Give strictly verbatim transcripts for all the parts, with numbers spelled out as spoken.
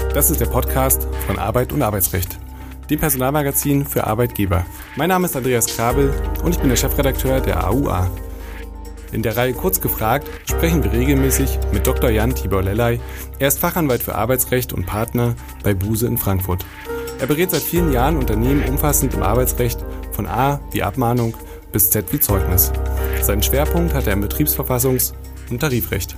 Das ist der Podcast von Arbeit und Arbeitsrecht, dem Personalmagazin für Arbeitgeber. Mein Name ist Andreas Krabel und ich bin der Chefredakteur der A U A. In der Reihe Kurz gefragt sprechen wir regelmäßig mit Doktor Jan Tibor Lellay. Er ist Fachanwalt für Arbeitsrecht und Partner bei Buse in Frankfurt. Er berät seit vielen Jahren Unternehmen umfassend im Arbeitsrecht, von A wie Abmahnung bis Z wie Zeugnis. Seinen Schwerpunkt hat er im Betriebsverfassungs- und Tarifrecht.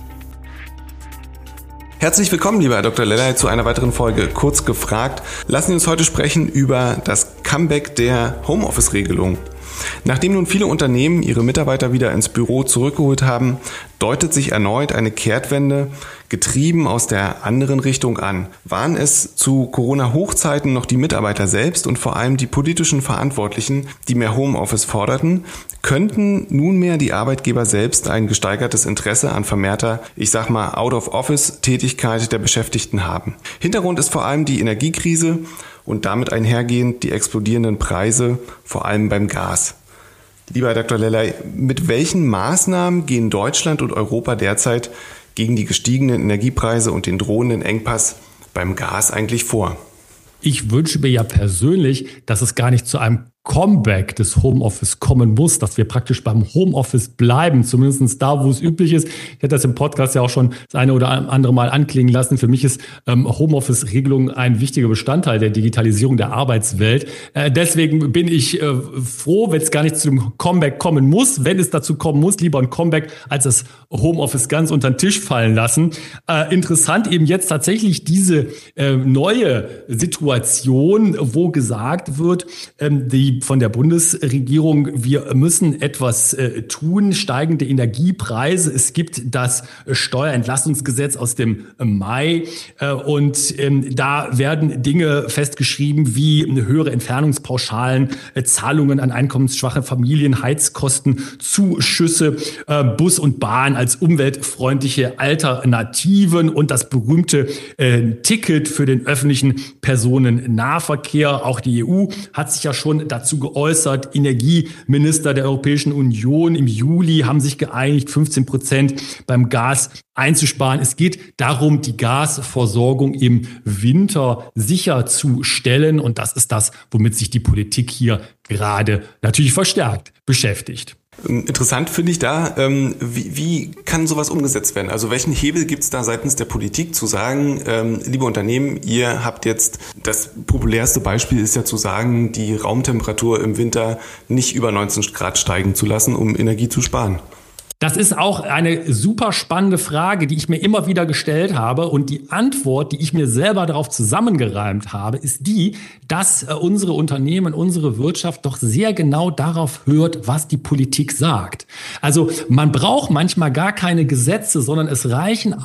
Herzlich willkommen, lieber Herr Doktor Lellay, zu einer weiteren Folge Kurz gefragt. Lassen Sie uns heute sprechen über das Comeback der Homeoffice-Regelung. Nachdem nun viele Unternehmen ihre Mitarbeiter wieder ins Büro zurückgeholt haben, deutet sich erneut eine Kehrtwende, getrieben aus der anderen Richtung an. Waren es zu Corona-Hochzeiten noch die Mitarbeiter selbst und vor allem die politischen Verantwortlichen, die mehr Homeoffice forderten, könnten nunmehr die Arbeitgeber selbst ein gesteigertes Interesse an vermehrter, ich sag mal, Out-of-Office-Tätigkeit der Beschäftigten haben. Hintergrund ist vor allem die Energiekrise und damit einhergehend die explodierenden Preise, vor allem beim Gas. Lieber Herr Doktor Lellay, mit welchen Maßnahmen gehen Deutschland und Europa derzeit gegen die gestiegenen Energiepreise und den drohenden Engpass beim Gas eigentlich vor? Ich wünsche mir ja persönlich, dass es gar nicht zu einem Comeback des Homeoffice kommen muss, dass wir praktisch beim Homeoffice bleiben, zumindest da, wo es üblich ist. Ich hätte das im Podcast ja auch schon das eine oder andere Mal anklingen lassen. Für mich ist ähm, Homeoffice-Regelung ein wichtiger Bestandteil der Digitalisierung der Arbeitswelt. Äh, deswegen bin ich äh, froh, wenn es gar nicht zu einem Comeback kommen muss. Wenn es dazu kommen muss, lieber ein Comeback, als das Homeoffice ganz unter den Tisch fallen lassen. Äh, interessant eben jetzt tatsächlich diese äh, neue Situation, wo gesagt wird, ähm, die von der Bundesregierung, wir müssen etwas äh, tun, steigende Energiepreise. Es gibt das Steuerentlastungsgesetz aus dem Mai äh, und ähm, da werden Dinge festgeschrieben wie höhere Entfernungspauschalen, äh, Zahlungen an einkommensschwache Familien, Heizkosten, Zuschüsse, äh, Bus und Bahn als umweltfreundliche Alternativen und das berühmte äh, Ticket für den öffentlichen Personennahverkehr. Auch die E U hat sich ja schon dazu geäußert. Energieminister der Europäischen Union im Juli haben sich geeinigt, fünfzehn Prozent beim Gas einzusparen. Es geht darum, die Gasversorgung im Winter sicherzustellen. Und das ist das, womit sich die Politik hier gerade natürlich verstärkt beschäftigt. Interessant finde ich da, ähm, wie, wie kann sowas umgesetzt werden? Also welchen Hebel gibt es da seitens der Politik zu sagen, ähm, liebe Unternehmen, ihr habt jetzt, das populärste Beispiel ist ja zu sagen, die Raumtemperatur im Winter nicht über neunzehn Grad steigen zu lassen, um Energie zu sparen. Das ist auch eine super spannende Frage, die ich mir immer wieder gestellt habe. Und die Antwort, die ich mir selber darauf zusammengereimt habe, ist die, dass unsere Unternehmen, unsere Wirtschaft doch sehr genau darauf hört, was die Politik sagt. Also man braucht manchmal gar keine Gesetze, sondern es reichen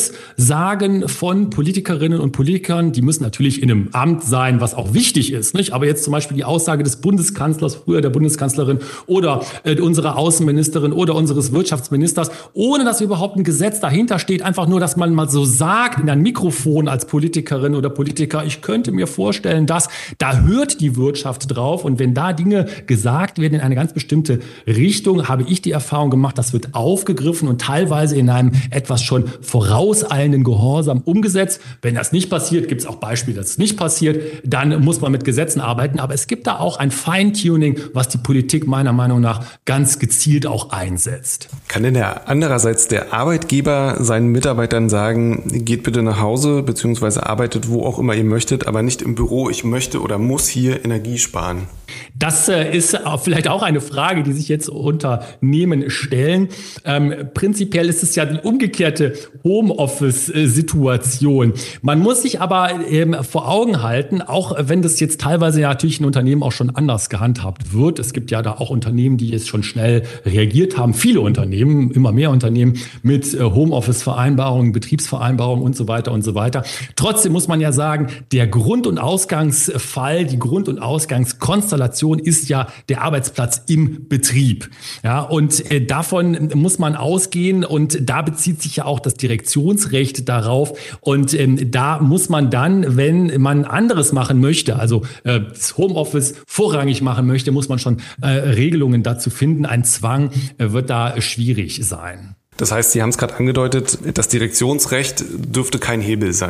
Aussagen von Politikerinnen und Politikern. Die müssen natürlich in einem Amt sein, was auch wichtig ist, nicht? Aber jetzt zum Beispiel die Aussage des Bundeskanzlers, früher der Bundeskanzlerin oder äh, unserer Außenministerin oder unseres Wirtschaftsministers, Wirtschaftsministers, ohne dass überhaupt ein Gesetz dahinter steht, einfach nur, dass man mal so sagt in ein Mikrofon als Politikerin oder Politiker, ich könnte mir vorstellen, dass, da hört die Wirtschaft drauf und wenn da Dinge gesagt werden in eine ganz bestimmte Richtung, habe ich die Erfahrung gemacht, das wird aufgegriffen und teilweise in einem etwas schon vorauseilenden Gehorsam umgesetzt. Wenn das nicht passiert, gibt es auch Beispiele, dass es nicht passiert, dann muss man mit Gesetzen arbeiten, aber es gibt da auch ein Feintuning, was die Politik meiner Meinung nach ganz gezielt auch einsetzt. Kann denn der andererseits der Arbeitgeber seinen Mitarbeitern sagen, geht bitte nach Hause beziehungsweise arbeitet wo auch immer ihr möchtet, aber nicht im Büro, ich möchte oder muss hier Energie sparen? Das äh, ist vielleicht auch eine Frage, die sich jetzt Unternehmen stellen. Ähm, prinzipiell ist es ja die umgekehrte Homeoffice-Situation. Man muss sich aber ähm, vor Augen halten, auch wenn das jetzt teilweise ja natürlich in Unternehmen auch schon anders gehandhabt wird. Es gibt ja da auch Unternehmen, die jetzt schon schnell reagiert haben. Viele Unternehmen, immer mehr Unternehmen mit äh, Homeoffice-Vereinbarungen, Betriebsvereinbarungen und so weiter und so weiter. Trotzdem muss man ja sagen, der Grund- und Ausgangsfall, die Grund- und Ausgangskonstellation ist ja der Arbeitsplatz im Betrieb. Ja, und äh, davon muss man ausgehen und da bezieht sich ja auch das Direktionsrecht darauf und ähm, da muss man dann, wenn man anderes machen möchte, also äh, das Homeoffice vorrangig machen möchte, muss man schon äh, Regelungen dazu finden. Ein Zwang äh, wird da schwierig sein. Das heißt, Sie haben es gerade angedeutet, das Direktionsrecht dürfte kein Hebel sein.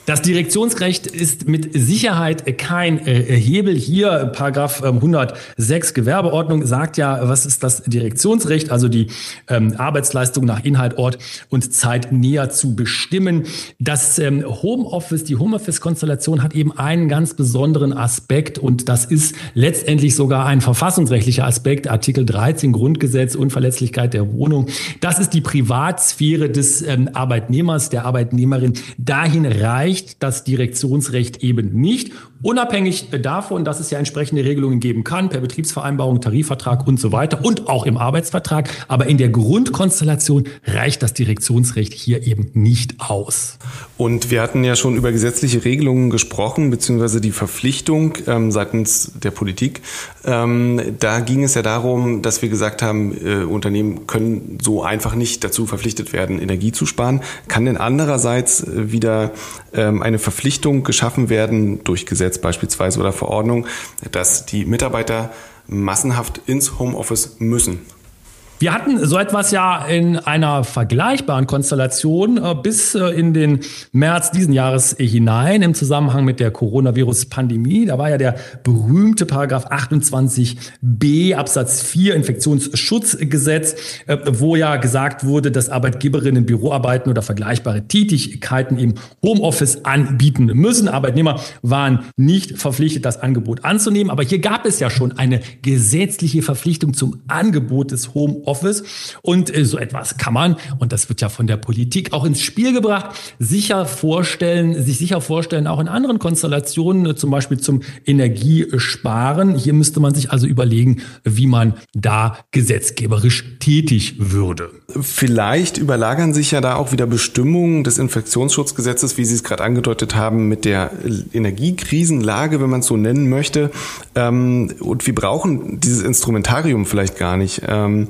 Das Direktionsrecht ist mit Sicherheit kein äh, Hebel. Hier Paragraph ähm, hundertsechs Gewerbeordnung sagt ja, was ist das Direktionsrecht? Also die ähm, Arbeitsleistung nach Inhalt, Ort und Zeit näher zu bestimmen. Das ähm, Homeoffice, die Homeoffice-Konstellation hat eben einen ganz besonderen Aspekt und das ist letztendlich sogar ein verfassungsrechtlicher Aspekt. Artikel dreizehn Grundgesetz, Unverletzlichkeit der Wohnung. Das ist die Privatsphäre des ähm, Arbeitnehmers, der Arbeitnehmerin. Dahin reicht das Direktionsrecht eben nicht. Unabhängig davon, dass es ja entsprechende Regelungen geben kann, per Betriebsvereinbarung, Tarifvertrag und so weiter und auch im Arbeitsvertrag. Aber in der Grundkonstellation reicht das Direktionsrecht hier eben nicht aus. Und wir hatten ja schon über gesetzliche Regelungen gesprochen, beziehungsweise die Verpflichtung ähm, seitens der Politik. Ähm, da ging es ja darum, dass wir gesagt haben, äh, Unternehmen können so einfach nicht dazu verpflichtet werden, Energie zu sparen. Kann denn andererseits wieder ähm, eine Verpflichtung geschaffen werden durch Gesetz beispielsweise oder Verordnung, dass die Mitarbeiter massenhaft ins Homeoffice müssen? Wir hatten so etwas ja in einer vergleichbaren Konstellation äh, bis äh, in den März diesen Jahres hinein im Zusammenhang mit der Coronavirus-Pandemie. Da war ja der berühmte Paragraph achtundzwanzig b Absatz vier Infektionsschutzgesetz, äh, wo ja gesagt wurde, dass Arbeitgeberinnen Büroarbeiten oder vergleichbare Tätigkeiten im Homeoffice anbieten müssen. Arbeitnehmer waren nicht verpflichtet, das Angebot anzunehmen. Aber hier gab es ja schon eine gesetzliche Verpflichtung zum Angebot des Homeoffice. Und so etwas kann man, und das wird ja von der Politik auch ins Spiel gebracht, sicher vorstellen, sich sicher vorstellen, auch in anderen Konstellationen, zum Beispiel zum Energiesparen. Hier müsste man sich also überlegen, wie man da gesetzgeberisch tätig würde. Vielleicht überlagern sich ja da auch wieder Bestimmungen des Infektionsschutzgesetzes, wie Sie es gerade angedeutet haben, mit der Energiekrisenlage, wenn man es so nennen möchte. Und wir brauchen dieses Instrumentarium vielleicht gar nicht.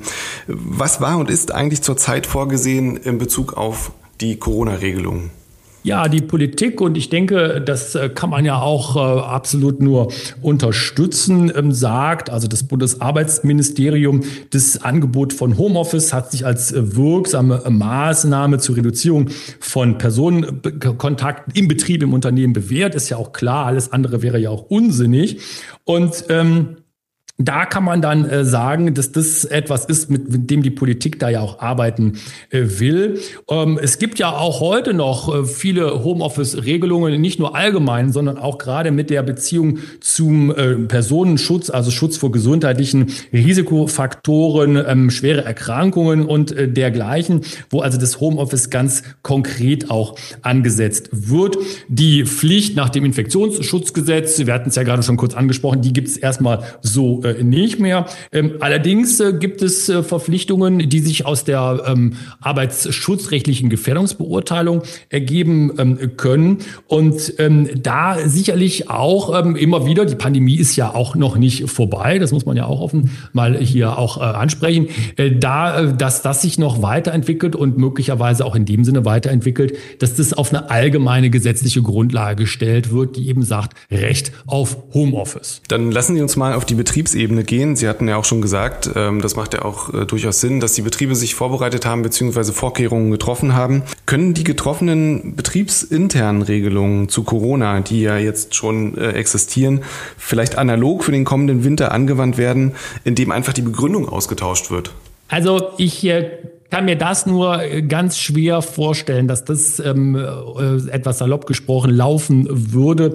Was war und ist eigentlich zurzeit vorgesehen in Bezug auf die Corona-Regelungen? Ja, die Politik, und ich denke, das kann man ja auch äh, absolut nur unterstützen, ähm, sagt, also das Bundesarbeitsministerium, das Angebot von Homeoffice hat sich als äh, wirksame Maßnahme zur Reduzierung von Personenkontakten im Betrieb, im Unternehmen bewährt. Ist ja auch klar, alles andere wäre ja auch unsinnig. Und ähm, Da kann man dann äh, sagen, dass das etwas ist, mit, mit dem die Politik da ja auch arbeiten äh, will. Ähm, es gibt ja auch heute noch äh, viele Homeoffice-Regelungen, nicht nur allgemein, sondern auch gerade mit der Beziehung zum äh, Personenschutz, also Schutz vor gesundheitlichen Risikofaktoren, ähm, schwere Erkrankungen und äh, dergleichen, wo also das Homeoffice ganz konkret auch angesetzt wird. Die Pflicht nach dem Infektionsschutzgesetz, wir hatten es ja gerade schon kurz angesprochen, die gibt es erstmal so nicht mehr. Allerdings gibt es Verpflichtungen, die sich aus der arbeitsschutzrechtlichen Gefährdungsbeurteilung ergeben können. Und da sicherlich auch immer wieder, die Pandemie ist ja auch noch nicht vorbei, das muss man ja auch offen mal hier auch ansprechen, da, dass das sich noch weiterentwickelt und möglicherweise auch in dem Sinne weiterentwickelt, dass das auf eine allgemeine gesetzliche Grundlage gestellt wird, die eben sagt, Recht auf Homeoffice. Dann lassen Sie uns mal auf die Betriebsebene gehen. Sie hatten ja auch schon gesagt, das macht ja auch durchaus Sinn, dass die Betriebe sich vorbereitet haben bzw. Vorkehrungen getroffen haben. Können die getroffenen betriebsinternen Regelungen zu Corona, die ja jetzt schon existieren, vielleicht analog für den kommenden Winter angewandt werden, indem einfach die Begründung ausgetauscht wird? Also ich kann mir das nur ganz schwer vorstellen, dass das ähm, etwas salopp gesprochen laufen würde.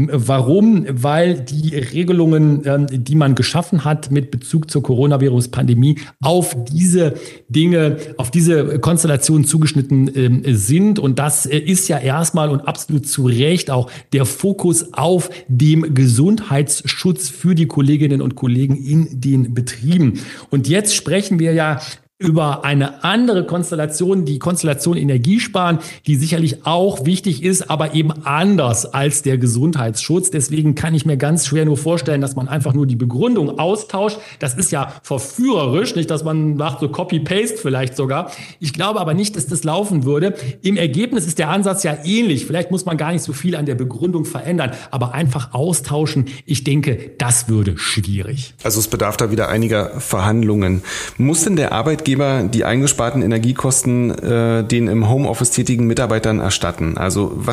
Warum? Weil die Regelungen, ähm, die man geschaffen hat mit Bezug zur Coronavirus-Pandemie, auf diese Dinge, auf diese Konstellationen zugeschnitten ähm, sind. Und das ist ja erstmal und absolut zu Recht auch der Fokus auf dem Gesundheitsschutz für die Kolleginnen und Kollegen in den Betrieben. Und jetzt sprechen wir ja über eine andere Konstellation, die Konstellation Energiesparen, die sicherlich auch wichtig ist, aber eben anders als der Gesundheitsschutz. Deswegen kann ich mir ganz schwer nur vorstellen, dass man einfach nur die Begründung austauscht. Das ist ja verführerisch, nicht, dass man macht so Copy-Paste vielleicht sogar. Ich glaube aber nicht, dass das laufen würde. Im Ergebnis ist der Ansatz ja ähnlich. Vielleicht muss man gar nicht so viel an der Begründung verändern, aber einfach austauschen. Ich denke, das würde schwierig. Also es bedarf da wieder einiger Verhandlungen. Muss denn der Arbeitgeber die eingesparten Energiekosten äh, den im Homeoffice tätigen Mitarbeitern erstatten? Also was sagt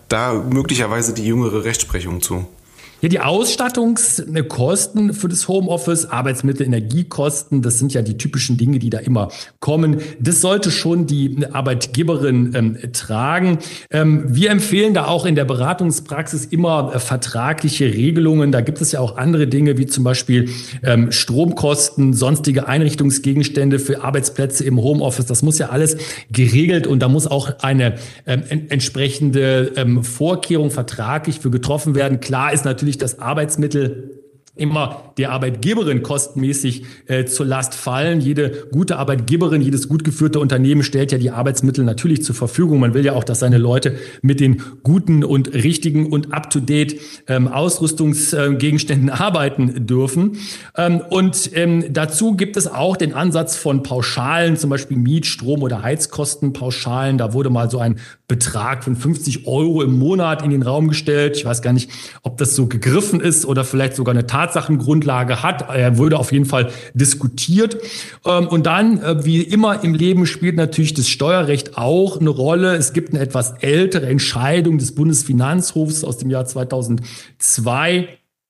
da möglicherweise die jüngere Rechtsprechung zu? Ja, die Ausstattungskosten für das Homeoffice, Arbeitsmittel, Energiekosten, das sind ja die typischen Dinge, die da immer kommen. Das sollte schon die Arbeitgeberin ähm, tragen. Ähm, wir empfehlen da auch in der Beratungspraxis immer äh, vertragliche Regelungen. Da gibt es ja auch andere Dinge, wie zum Beispiel ähm, Stromkosten, sonstige Einrichtungsgegenstände für Arbeitsplätze im Homeoffice. Das muss ja alles geregelt und da muss auch eine ähm, en- entsprechende ähm, Vorkehrung vertraglich für getroffen werden. Klar ist natürlich das Arbeitsmittel immer der Arbeitgeberin kostenmäßig äh, zur Last fallen. Jede gute Arbeitgeberin, jedes gut geführte Unternehmen stellt ja die Arbeitsmittel natürlich zur Verfügung. Man will ja auch, dass seine Leute mit den guten und richtigen und up-to-date ähm, Ausrüstungsgegenständen äh, arbeiten dürfen. Ähm, und ähm, dazu gibt es auch den Ansatz von Pauschalen, zum Beispiel Miet-, Strom- oder Heizkostenpauschalen. Da wurde mal so ein Betrag von fünfzig Euro im Monat in den Raum gestellt. Ich weiß gar nicht, ob das so gegriffen ist oder vielleicht sogar eine Tatsachengrundlage hat. Er wurde auf jeden Fall diskutiert. Und dann, wie immer im Leben, spielt natürlich das Steuerrecht auch eine Rolle. Es gibt eine etwas ältere Entscheidung des Bundesfinanzhofs aus dem Jahr zweitausendzwei,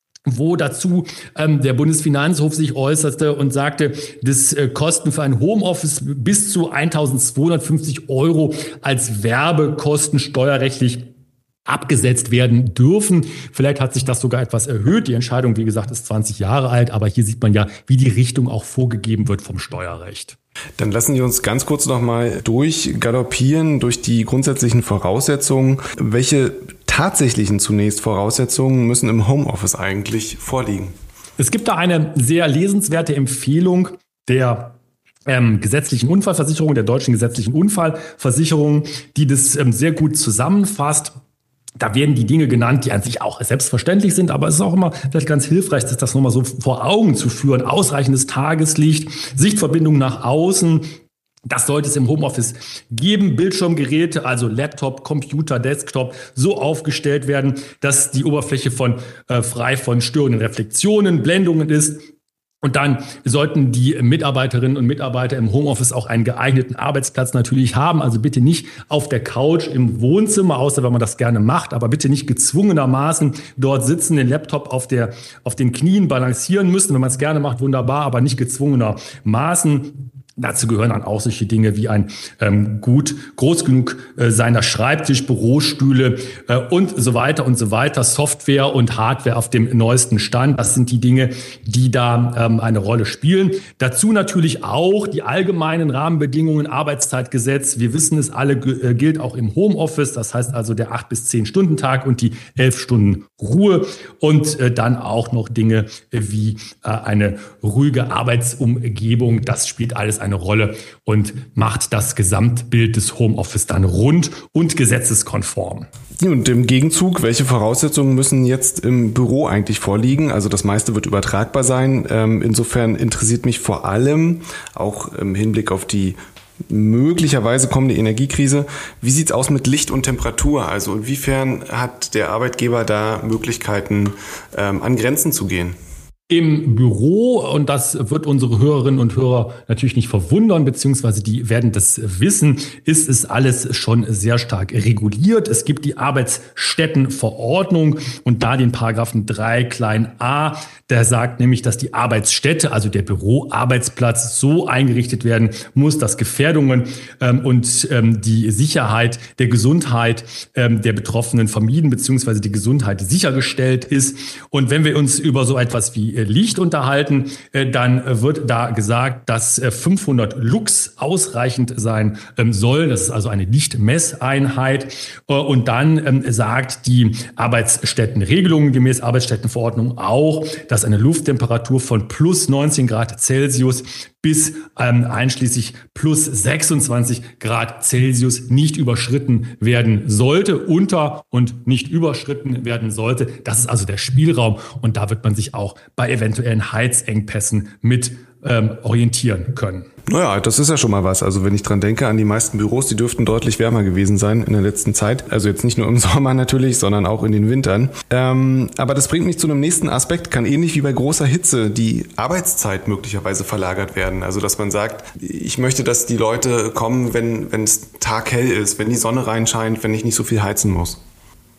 wo dazu ähm, der Bundesfinanzhof sich äußerte und sagte, dass äh, Kosten für ein Homeoffice bis zu eintausendzweihundertfünfzig Euro als Werbekosten steuerrechtlich abgesetzt werden dürfen. Vielleicht hat sich das sogar etwas erhöht. Die Entscheidung, wie gesagt, ist zwanzig Jahre alt, aber hier sieht man ja, wie die Richtung auch vorgegeben wird vom Steuerrecht. Dann lassen Sie uns ganz kurz nochmal durchgaloppieren durch die grundsätzlichen Voraussetzungen. Welche tatsächlichen zunächst Voraussetzungen müssen im Homeoffice eigentlich vorliegen? Es gibt da eine sehr lesenswerte Empfehlung der ähm, gesetzlichen Unfallversicherung, der deutschen gesetzlichen Unfallversicherung, die das ähm, sehr gut zusammenfasst. Da werden die Dinge genannt, die an sich auch selbstverständlich sind, aber es ist auch immer vielleicht ganz hilfreich, das, das nochmal so vor Augen zu führen. Ausreichendes Tageslicht, Sichtverbindung nach außen. Das sollte es im Homeoffice geben. Bildschirmgeräte, also Laptop, Computer, Desktop, so aufgestellt werden, dass die Oberfläche von äh, frei von störenden Reflexionen, Blendungen ist. Und dann sollten die Mitarbeiterinnen und Mitarbeiter im Homeoffice auch einen geeigneten Arbeitsplatz natürlich haben. Also bitte nicht auf der Couch im Wohnzimmer, außer wenn man das gerne macht, aber bitte nicht gezwungenermaßen dort sitzen, den Laptop auf der, auf den Knien balancieren müssen. Wenn man es gerne macht, wunderbar, aber nicht gezwungenermaßen. Dazu gehören dann auch solche Dinge wie ein ähm, gut, groß genug äh, seiner Schreibtisch, Bürostühle äh, und so weiter und so weiter. Software und Hardware auf dem neuesten Stand. Das sind die Dinge, die da ähm, eine Rolle spielen. Dazu natürlich auch die allgemeinen Rahmenbedingungen, Arbeitszeitgesetz. Wir wissen es alle, äh, gilt auch im Homeoffice. Das heißt also der acht bis zehn Stunden Tag und die elf Stunden Ruhe. Und äh, dann auch noch Dinge äh, wie äh, eine ruhige Arbeitsumgebung. Das spielt alles eine Rolle und macht das Gesamtbild des Homeoffice dann rund und gesetzeskonform. Und im Gegenzug, welche Voraussetzungen müssen jetzt im Büro eigentlich vorliegen? Also das meiste wird übertragbar sein. Insofern interessiert mich vor allem auch im Hinblick auf die möglicherweise kommende Energiekrise. Wie sieht's aus mit Licht und Temperatur? Also inwiefern hat der Arbeitgeber da Möglichkeiten, an Grenzen zu gehen? Im Büro, und das wird unsere Hörerinnen und Hörer natürlich nicht verwundern, beziehungsweise die werden das wissen, ist es alles schon sehr stark reguliert. Es gibt die Arbeitsstättenverordnung und da den Paragraphen drei klein a, der sagt nämlich, dass die Arbeitsstätte, also der Büroarbeitsplatz, so eingerichtet werden muss, dass Gefährdungen ähm, und ähm, die Sicherheit der Gesundheit ähm, der Betroffenen vermieden, beziehungsweise die Gesundheit sichergestellt ist. Und wenn wir uns über so etwas wie Licht unterhalten, dann wird da gesagt, dass fünfhundert Lux ausreichend sein soll. Das ist also eine Lichtmesseinheit. Und dann sagt die Arbeitsstättenregelung gemäß Arbeitsstättenverordnung auch, dass eine Lufttemperatur von plus neunzehn Grad Celsius bis ähm, einschließlich plus sechsundzwanzig Grad Celsius nicht überschritten werden sollte, unter und nicht überschritten werden sollte. Das ist also der Spielraum und da wird man sich auch bei eventuellen Heizengpässen mit ähm, orientieren können. Naja, das ist ja schon mal was. Also wenn ich dran denke an die meisten Büros, die dürften deutlich wärmer gewesen sein in der letzten Zeit. Also jetzt nicht nur im Sommer natürlich, sondern auch in den Wintern. Ähm, aber das bringt mich zu einem nächsten Aspekt. Kann ähnlich wie bei großer Hitze die Arbeitszeit möglicherweise verlagert werden. Also dass man sagt, ich möchte, dass die Leute kommen, wenn wenn es taghell ist, wenn die Sonne reinscheint, wenn ich nicht so viel heizen muss.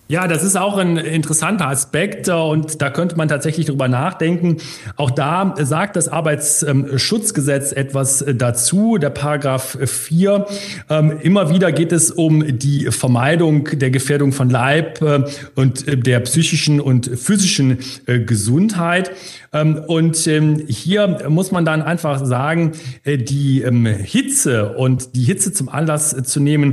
Ja, das ist auch ein interessanter Aspekt und da könnte man tatsächlich drüber nachdenken. Auch da sagt das Arbeitsschutzgesetz etwas dazu, der Paragraph vier. Immer wieder geht es um die Vermeidung der Gefährdung von Leib und der psychischen und physischen Gesundheit. Und hier muss man dann einfach sagen, die Hitze und die Hitze zum Anlass zu nehmen,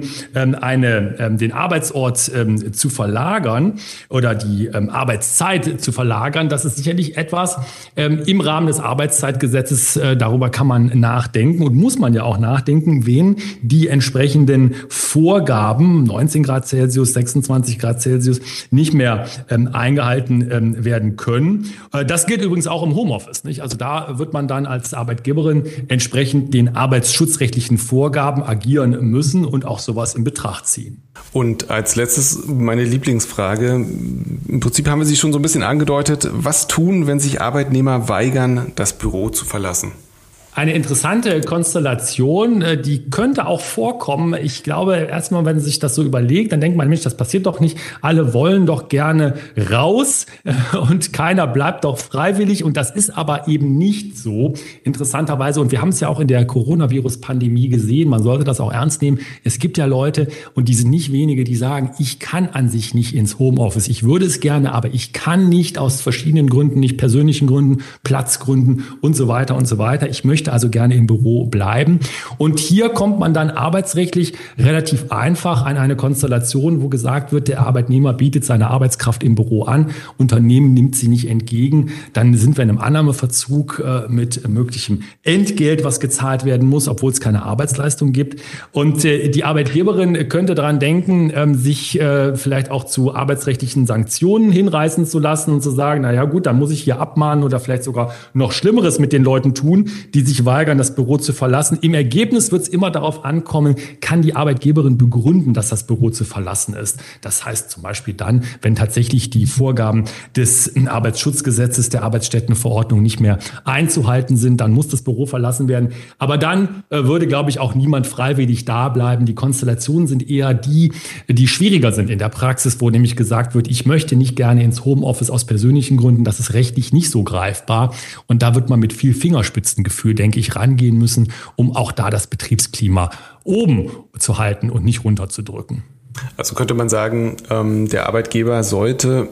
eine, den Arbeitsort zu verlagern, oder die ähm, Arbeitszeit zu verlagern, das ist sicherlich etwas ähm, im Rahmen des Arbeitszeitgesetzes, äh, darüber kann man nachdenken und muss man ja auch nachdenken, wen die entsprechenden Vorgaben, neunzehn Grad Celsius, sechsundzwanzig Grad Celsius, nicht mehr ähm, eingehalten ähm, werden können. Äh, das gilt übrigens auch im Homeoffice, nicht? Also da wird man dann als Arbeitgeberin entsprechend den arbeitsschutzrechtlichen Vorgaben agieren müssen und auch sowas in Betracht ziehen. Und als letztes meine Lieblingsfrage. Im Prinzip haben wir sie schon so ein bisschen angedeutet. Was tun, wenn sich Arbeitnehmer weigern, das Büro zu verlassen? Eine interessante Konstellation, die könnte auch vorkommen. Ich glaube, erstmal, wenn man sich das so überlegt, dann denkt man, Mensch, das passiert doch nicht. Alle wollen doch gerne raus und keiner bleibt doch freiwillig. Und das ist aber eben nicht so, interessanterweise. Und wir haben es ja auch in der Coronavirus-Pandemie gesehen. Man sollte das auch ernst nehmen. Es gibt ja Leute, und die sind nicht wenige, die sagen, ich kann an sich nicht ins Homeoffice. Ich würde es gerne, aber ich kann nicht aus verschiedenen Gründen, nicht persönlichen Gründen, Platzgründen und so weiter und so weiter. Ich möchte also gerne im Büro bleiben. Und hier kommt man dann arbeitsrechtlich relativ einfach an eine Konstellation, wo gesagt wird, der Arbeitnehmer bietet seine Arbeitskraft im Büro an, Unternehmen nimmt sie nicht entgegen. Dann sind wir in einem Annahmeverzug äh, mit möglichem Entgelt, was gezahlt werden muss, obwohl es keine Arbeitsleistung gibt. Und äh, die Arbeitgeberin könnte daran denken, ähm, sich äh, vielleicht auch zu arbeitsrechtlichen Sanktionen hinreißen zu lassen und zu sagen, na ja gut, dann muss ich hier abmahnen oder vielleicht sogar noch Schlimmeres mit den Leuten tun, die sich weigern, das Büro zu verlassen. Im Ergebnis wird es immer darauf ankommen, kann die Arbeitgeberin begründen, dass das Büro zu verlassen ist. Das heißt zum Beispiel dann, wenn tatsächlich die Vorgaben des Arbeitsschutzgesetzes, der Arbeitsstättenverordnung nicht mehr einzuhalten sind, dann muss das Büro verlassen werden. Aber dann äh, würde, glaube ich, auch niemand freiwillig da bleiben. Die Konstellationen sind eher die, die schwieriger sind in der Praxis, wo nämlich gesagt wird, ich möchte nicht gerne ins Homeoffice aus persönlichen Gründen. Das ist rechtlich nicht so greifbar. Und da wird man mit viel Fingerspitzengefühl, denke ich, rangehen müssen, um auch da das Betriebsklima oben zu halten und nicht runterzudrücken. Also könnte man sagen, ähm, der Arbeitgeber sollte,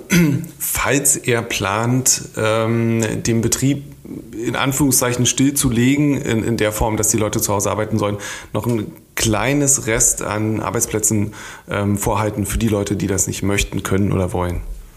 falls er plant, ähm, den Betrieb in Anführungszeichen stillzulegen, in, in der Form, dass die Leute zu Hause arbeiten sollen, noch ein kleines Rest an Arbeitsplätzen ähm, vorhalten für die Leute, die das nicht möchten, können oder wollen.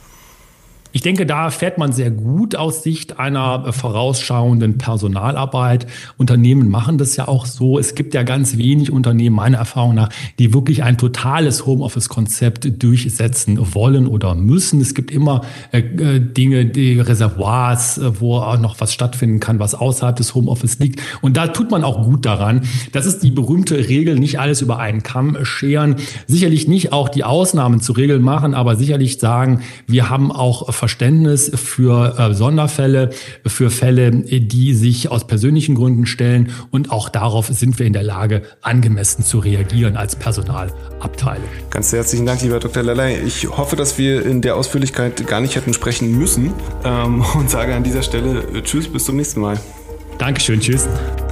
Ich denke, da fährt man sehr gut aus Sicht einer vorausschauenden Personalarbeit. Unternehmen machen das ja auch so. Es gibt ja ganz wenig Unternehmen, meiner Erfahrung nach, die wirklich ein totales Homeoffice-Konzept durchsetzen wollen oder müssen. Es gibt immer äh, Dinge, die Reservoirs, äh, wo auch noch was stattfinden kann, was außerhalb des Homeoffice liegt. Und da tut man auch gut daran. Das ist die berühmte Regel, nicht alles über einen Kamm scheren. Sicherlich nicht auch die Ausnahmen zu Regeln machen, aber sicherlich sagen, wir haben auch Verständnis für äh, Sonderfälle, für Fälle, die sich aus persönlichen Gründen stellen. Und auch darauf sind wir in der Lage, angemessen zu reagieren als Personalabteilung. Ganz herzlichen Dank, lieber Doktor Lellay. Ich hoffe, dass wir in der Ausführlichkeit gar nicht hätten sprechen müssen ähm, und sage an dieser Stelle Tschüss, bis zum nächsten Mal. Dankeschön, tschüss.